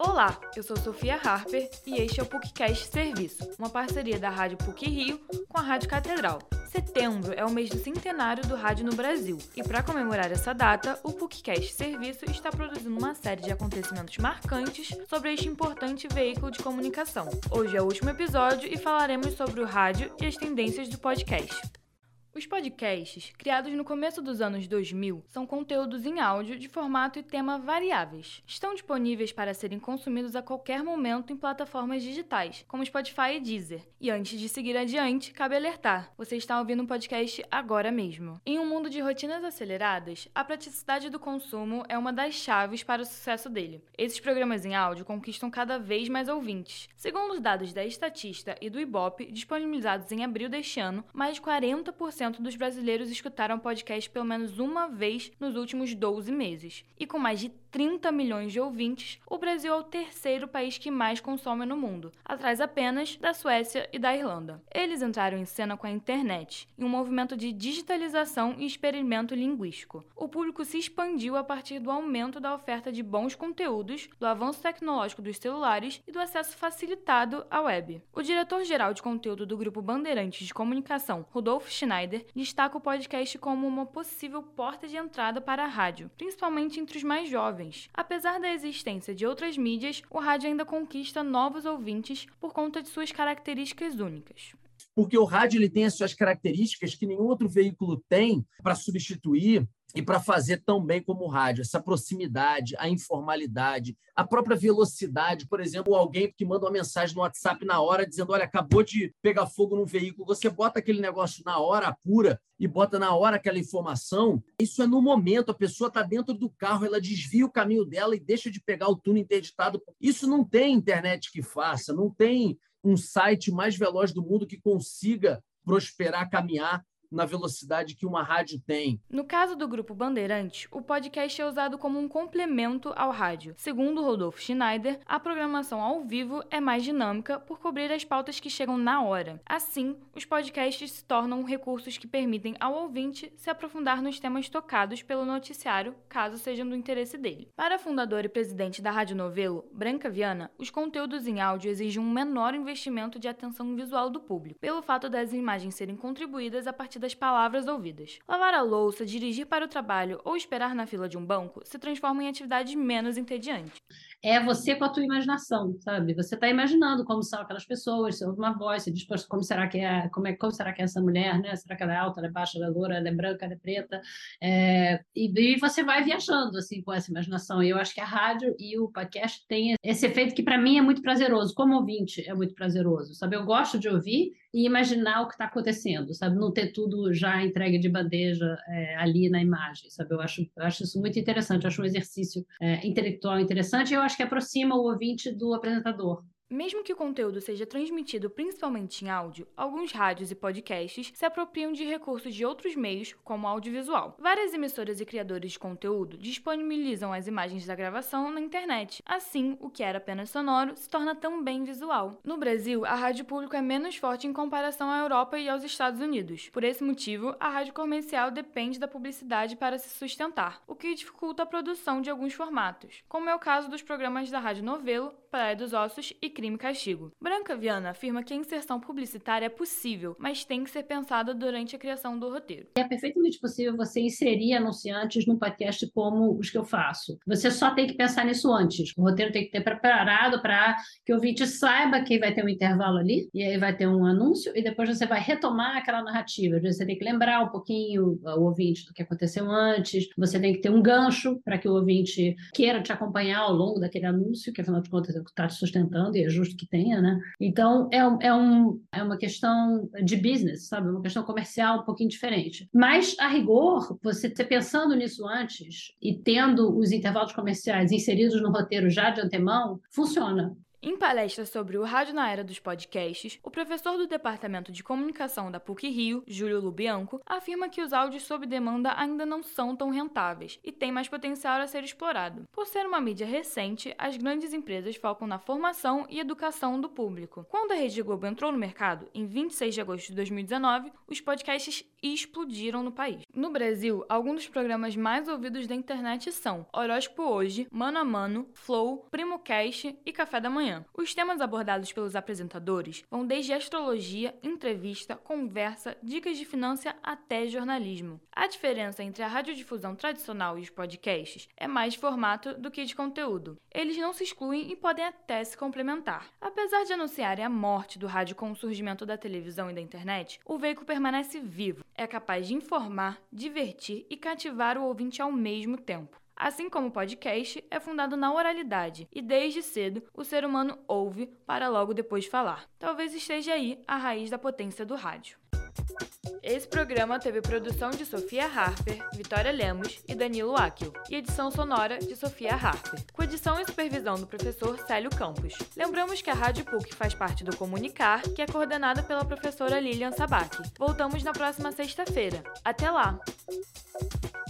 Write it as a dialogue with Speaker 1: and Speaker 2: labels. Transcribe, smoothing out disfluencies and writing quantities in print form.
Speaker 1: Olá, eu sou Sofia Harper e este é o PUCcast Serviço, uma parceria da Rádio PUC-Rio com a Rádio Catedral. Setembro é o mês do centenário do rádio no Brasil e para comemorar essa data, o PUCcast Serviço está produzindo uma série de acontecimentos marcantes sobre este importante veículo de comunicação. Hoje é o último episódio e falaremos sobre o rádio e as tendências do podcast. Os podcasts, criados no começo dos anos 2000, são conteúdos em áudio de formato e tema variáveis. Estão disponíveis para serem consumidos a qualquer momento em plataformas digitais, como Spotify e Deezer. E antes de seguir adiante, cabe alertar, você está ouvindo um podcast agora mesmo. Em um mundo de rotinas aceleradas, a praticidade do consumo é uma das chaves para o sucesso dele. Esses programas em áudio conquistam cada vez mais ouvintes. Segundo os dados da Estatista e do Ibope, disponibilizados em abril deste ano, mais de 40% dos brasileiros escutaram podcast pelo menos uma vez nos últimos 12 meses. E com mais de 30 milhões de ouvintes, o Brasil é o terceiro país que mais consome no mundo, atrás apenas da Suécia e da Irlanda. Eles entraram em cena com a internet, em um movimento de digitalização e experimento linguístico. O público se expandiu a partir do aumento da oferta de bons conteúdos, do avanço tecnológico dos celulares e do acesso facilitado à web. O diretor-geral de conteúdo do Grupo Bandeirantes de Comunicação, Rudolf Schneider, destaca o podcast como uma possível porta de entrada para a rádio, principalmente entre os mais jovens. Apesar da existência de outras mídias, o rádio ainda conquista novos ouvintes por conta de suas características únicas.
Speaker 2: Porque o rádio ele tem as suas características que nenhum outro veículo tem para substituir e para fazer tão bem como o rádio. Essa proximidade, a informalidade, a própria velocidade. Por exemplo, alguém que manda uma mensagem no WhatsApp na hora dizendo, olha, acabou de pegar fogo num veículo, você bota aquele negócio na hora, apura, e bota na hora aquela informação. Isso é no momento, a pessoa está dentro do carro, ela desvia o caminho dela e deixa de pegar o túnel interditado. Isso não tem internet que faça, não tem um site mais veloz do mundo que consiga prosperar, caminhar na velocidade que uma rádio tem.
Speaker 1: No caso do Grupo Bandeirantes, o podcast é usado como um complemento ao rádio. Segundo Rudolf Schneider, a programação ao vivo é mais dinâmica por cobrir as pautas que chegam na hora. Assim, os podcasts se tornam recursos que permitem ao ouvinte se aprofundar nos temas tocados pelo noticiário, caso sejam do interesse dele. Para a fundadora e presidente da Rádio Novelo, Branca Viana, os conteúdos em áudio exigem um menor investimento de atenção visual do público, pelo fato das imagens serem contribuídas a partir das palavras ouvidas. Lavar a louça, dirigir para o trabalho ou esperar na fila de um banco se transformam em atividades menos entediantes.
Speaker 3: É você com a tua imaginação, sabe? Você está imaginando como são aquelas pessoas, você ouve uma voz, você diz, como será que é, como será que é essa mulher, né? Será que ela é alta, ela é baixa, ela é loura, ela é branca, ela é preta? E você vai viajando, assim, com essa imaginação. E eu acho que a rádio e o podcast têm esse efeito que, para mim, é muito prazeroso. Como ouvinte, é muito prazeroso, sabe? Eu gosto de ouvir e imaginar o que está acontecendo, sabe? Não ter tudo já entregue de bandeja ali na imagem, sabe? Eu acho isso muito interessante, eu acho um exercício intelectual interessante e eu acho que aproxima o ouvinte do apresentador.
Speaker 1: Mesmo que o conteúdo seja transmitido principalmente em áudio, alguns rádios e podcasts se apropriam de recursos de outros meios, como audiovisual. Várias emissoras e criadores de conteúdo disponibilizam as imagens da gravação na internet. Assim, o que era apenas sonoro se torna também visual. No Brasil, a rádio pública é menos forte em comparação à Europa e aos Estados Unidos. Por esse motivo, a rádio comercial depende da publicidade para se sustentar, o que dificulta a produção de alguns formatos, como é o caso dos programas da Rádio Novelo, Praia dos Ossos e Crime e Castigo. Branca Viana afirma que a inserção publicitária é possível, mas tem que ser pensada durante a criação do roteiro.
Speaker 3: É perfeitamente possível você inserir anunciantes num podcast como os que eu faço. Você só tem que pensar nisso antes. O roteiro tem que ter preparado para que o ouvinte saiba que vai ter um intervalo ali, e aí vai ter um anúncio, e depois você vai retomar aquela narrativa. Você tem que lembrar um pouquinho o ouvinte do que aconteceu antes, você tem que ter um gancho para que o ouvinte queira te acompanhar ao longo daquele anúncio, que afinal de contas é o que está te sustentando, e é justo que tenha, né? Então, é uma questão de business, sabe? Uma questão comercial um pouquinho diferente. Mas, a rigor, você pensando nisso antes e tendo os intervalos comerciais inseridos no roteiro já de antemão, funciona.
Speaker 1: Em palestra sobre o rádio na era dos podcasts, o professor do Departamento de Comunicação da PUC-Rio, Júlio Lubianco, afirma que os áudios sob demanda ainda não são tão rentáveis e têm mais potencial a ser explorado. Por ser uma mídia recente, as grandes empresas focam na formação e educação do público. Quando a Rede Globo entrou no mercado, em 26 de agosto de 2019, os podcasts e explodiram no país. No Brasil, alguns dos programas mais ouvidos da internet são Horóscopo Hoje, Mano a Mano, Flow, PrimoCast e Café da Manhã. Os temas abordados pelos apresentadores vão desde astrologia, entrevista, conversa, dicas de finança até jornalismo. A diferença entre a radiodifusão tradicional e os podcasts é mais de formato do que de conteúdo. Eles não se excluem e podem até se complementar. Apesar de anunciarem a morte do rádio com o surgimento da televisão e da internet, o veículo permanece vivo, é capaz de informar, divertir e cativar o ouvinte ao mesmo tempo. Assim como o podcast, é fundado na oralidade e, desde cedo, o ser humano ouve para logo depois falar. Talvez esteja aí a raiz da potência do rádio. Esse programa teve produção de Sofia Harper, Vitória Lemos e Danilo Akil, e edição sonora de Sofia Harper, com edição e supervisão do professor Célio Campos. Lembramos que a Rádio PUC faz parte do Comunicar, que é coordenada pela professora Lilian Sabac. Voltamos na próxima sexta-feira. Até lá!